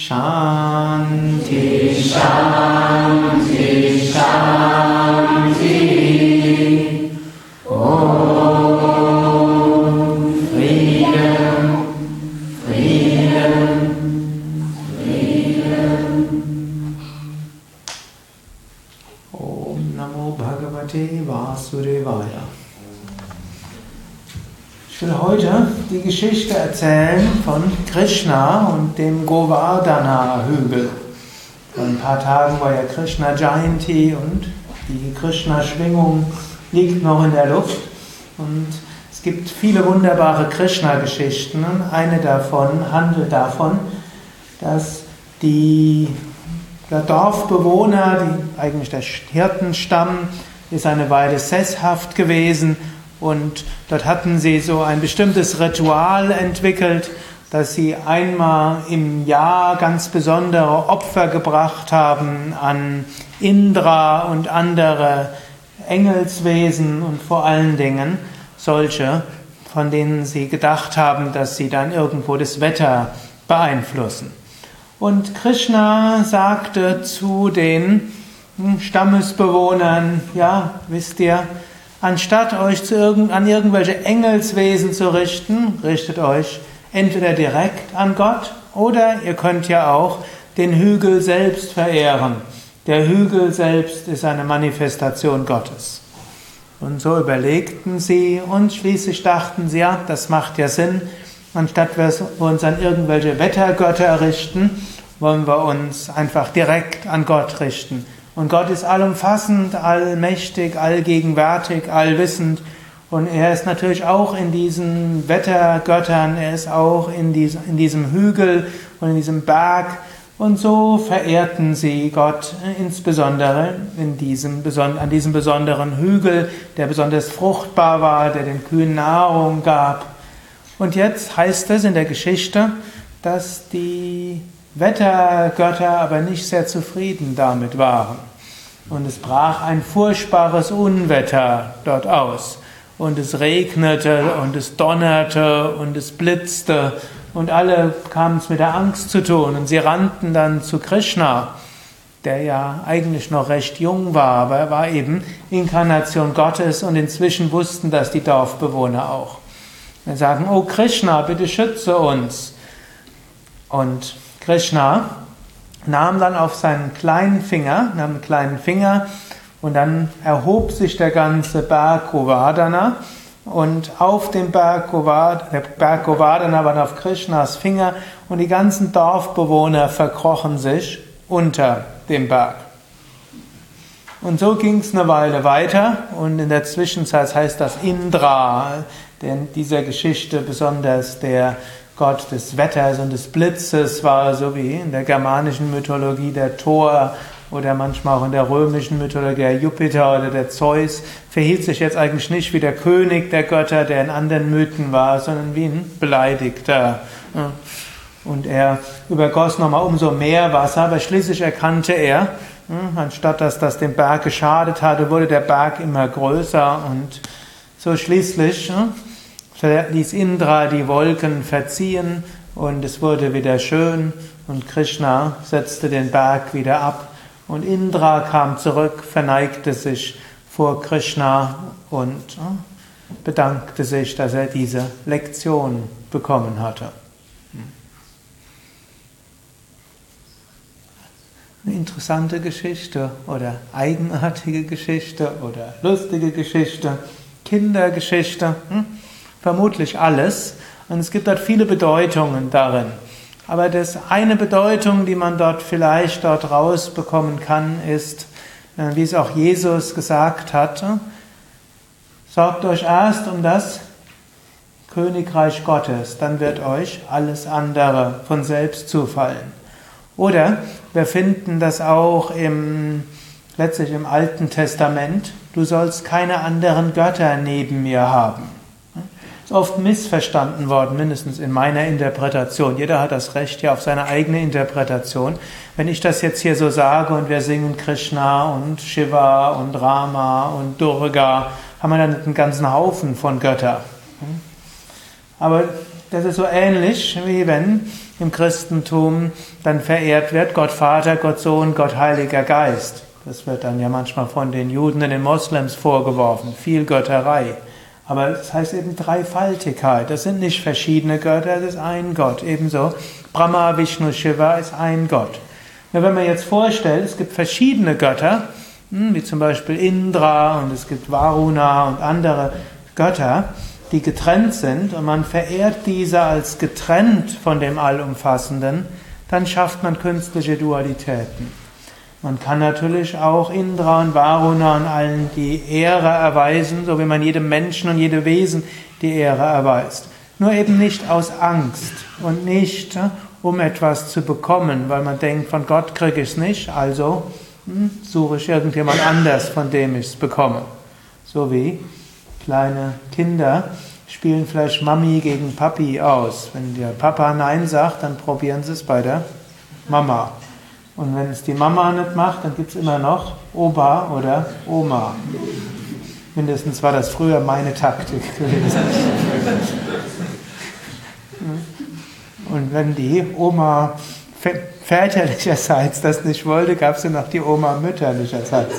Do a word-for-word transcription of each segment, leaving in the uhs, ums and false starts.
Shanti, Shanti, Shanti. Om Frieden, Frieden, Frieden. Om Namo Bhagavate Vasudevaya. Ich will heute die Geschichte erzählen von Krishna und dem Govardhana-Hügel. Vor ein paar Tagen war ja Krishna Jayanti und die Krishna-Schwingung liegt noch in der Luft. Und es gibt viele wunderbare Krishna-Geschichten. Eine davon handelt davon, dass die der Dorfbewohner, die, eigentlich der Hirtenstamm, ist eine Weile sesshaft gewesen. Und dort hatten sie so ein bestimmtes Ritual entwickelt, dass sie einmal im Jahr ganz besondere Opfer gebracht haben an Indra und andere Engelswesen und vor allen Dingen solche, von denen sie gedacht haben, dass sie dann irgendwo das Wetter beeinflussen. Und Krishna sagte zu den Stammesbewohnern, ja, wisst ihr, anstatt euch zu irgend, an irgendwelche Engelswesen zu richten, richtet euch entweder direkt an Gott oder ihr könnt ja auch den Hügel selbst verehren. Der Hügel selbst ist eine Manifestation Gottes. Und so überlegten sie und schließlich dachten sie, ja, das macht ja Sinn. Anstatt wir uns an irgendwelche Wettergötter richten, wollen wir uns einfach direkt an Gott richten. Und Gott ist allumfassend, allmächtig, allgegenwärtig, allwissend. Und er ist natürlich auch in diesen Wettergöttern, er ist auch in diesem, in diesem Hügel und in diesem Berg. Und so verehrten sie Gott insbesondere in diesem, an diesem besonderen Hügel, der besonders fruchtbar war, der den Kühen Nahrung gab. Und jetzt heißt es in der Geschichte, dass die Wettergötter aber nicht sehr zufrieden damit waren. Und es brach ein furchtbares Unwetter dort aus. Und es regnete und es donnerte und es blitzte und alle kamen es mit der Angst zu tun. Und sie rannten dann zu Krishna, der ja eigentlich noch recht jung war, aber er war eben Inkarnation Gottes und inzwischen wussten das die Dorfbewohner auch. Wir sagen, oh Krishna, bitte schütze uns. Und Krishna nahm dann auf seinen kleinen Finger, nahm einen kleinen Finger und dann erhob sich der ganze Berg Govardhana und auf dem Berg Govardhana, der Berg Govardhana war auf Krishnas Finger und die ganzen Dorfbewohner verkrochen sich unter dem Berg. Und so ging es eine Weile weiter und in der Zwischenzeit heißt das Indra, der in dieser Geschichte besonders der Gott des Wetters und des Blitzes war, so wie in der germanischen Mythologie der Thor oder manchmal auch in der römischen Mythologie der Jupiter oder der Zeus, verhielt sich jetzt eigentlich nicht wie der König der Götter, der in anderen Mythen war, sondern wie ein Beleidigter. Und er übergoss nochmal umso mehr Wasser, aber schließlich erkannte er, anstatt dass das dem Berg geschadet hatte, wurde der Berg immer größer und so schließlich ließ Indra die Wolken verziehen und es wurde wieder schön und Krishna setzte den Berg wieder ab und Indra kam zurück, verneigte sich vor Krishna und bedankte sich, dass er diese Lektion bekommen hatte. Eine interessante Geschichte oder eigenartige Geschichte oder lustige Geschichte, Kindergeschichte. Hm? Vermutlich alles. Und es gibt dort viele Bedeutungen darin. Aber das eine Bedeutung, die man dort vielleicht dort rausbekommen kann, ist, wie es auch Jesus gesagt hat, sorgt euch erst um das Königreich Gottes, dann wird euch alles andere von selbst zufallen. Oder wir finden das auch im, letztlich im Alten Testament, du sollst keine anderen Götter neben mir haben. Ist oft missverstanden worden, mindestens in meiner Interpretation. Jeder hat das Recht ja auf seine eigene Interpretation. Wenn ich das jetzt hier so sage und wir singen Krishna und Shiva und Rama und Durga, haben wir dann einen ganzen Haufen von Göttern. Aber das ist so ähnlich, wie wenn im Christentum dann verehrt wird, Gott Vater, Gott Sohn, Gott Heiliger Geist. Das wird dann ja manchmal von den Juden und den Moslems vorgeworfen, viel Götterei. Aber das heißt eben Dreifaltigkeit, das sind nicht verschiedene Götter, das ist ein Gott. Ebenso Brahma, Vishnu, Shiva ist ein Gott. Nur wenn man jetzt vorstellt, es gibt verschiedene Götter, wie zum Beispiel Indra und es gibt Varuna und andere Götter, die getrennt sind und man verehrt diese als getrennt von dem Allumfassenden, dann schafft man künstliche Dualitäten. Man kann natürlich auch Indra und Varuna und allen die Ehre erweisen, so wie man jedem Menschen und jedem Wesen die Ehre erweist. Nur eben nicht aus Angst und nicht, um etwas zu bekommen, weil man denkt, von Gott kriege ich es nicht, also hm, suche ich irgendjemand anders, von dem ich es bekomme. So wie kleine Kinder spielen vielleicht Mami gegen Papi aus. Wenn der Papa Nein sagt, dann probieren sie es bei der Mama. Und wenn es die Mama nicht macht, dann gibt es immer noch Opa oder Oma. Mindestens war das früher meine Taktik gewesen. Und wenn die Oma väterlicherseits das nicht wollte, gab es ja noch die Oma mütterlicherseits.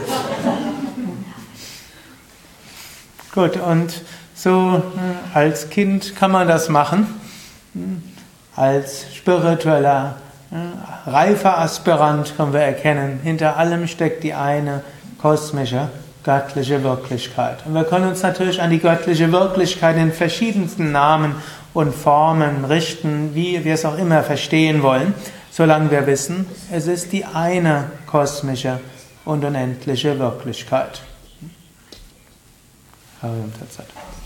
Gut, und so als Kind kann man das machen, als spiritueller reifer Aspirant können wir erkennen, hinter allem steckt die eine kosmische, göttliche Wirklichkeit. Und wir können uns natürlich an die göttliche Wirklichkeit in verschiedensten Namen und Formen richten, wie wir es auch immer verstehen wollen, solange wir wissen, es ist die eine kosmische und unendliche Wirklichkeit. Harium Tat Sat.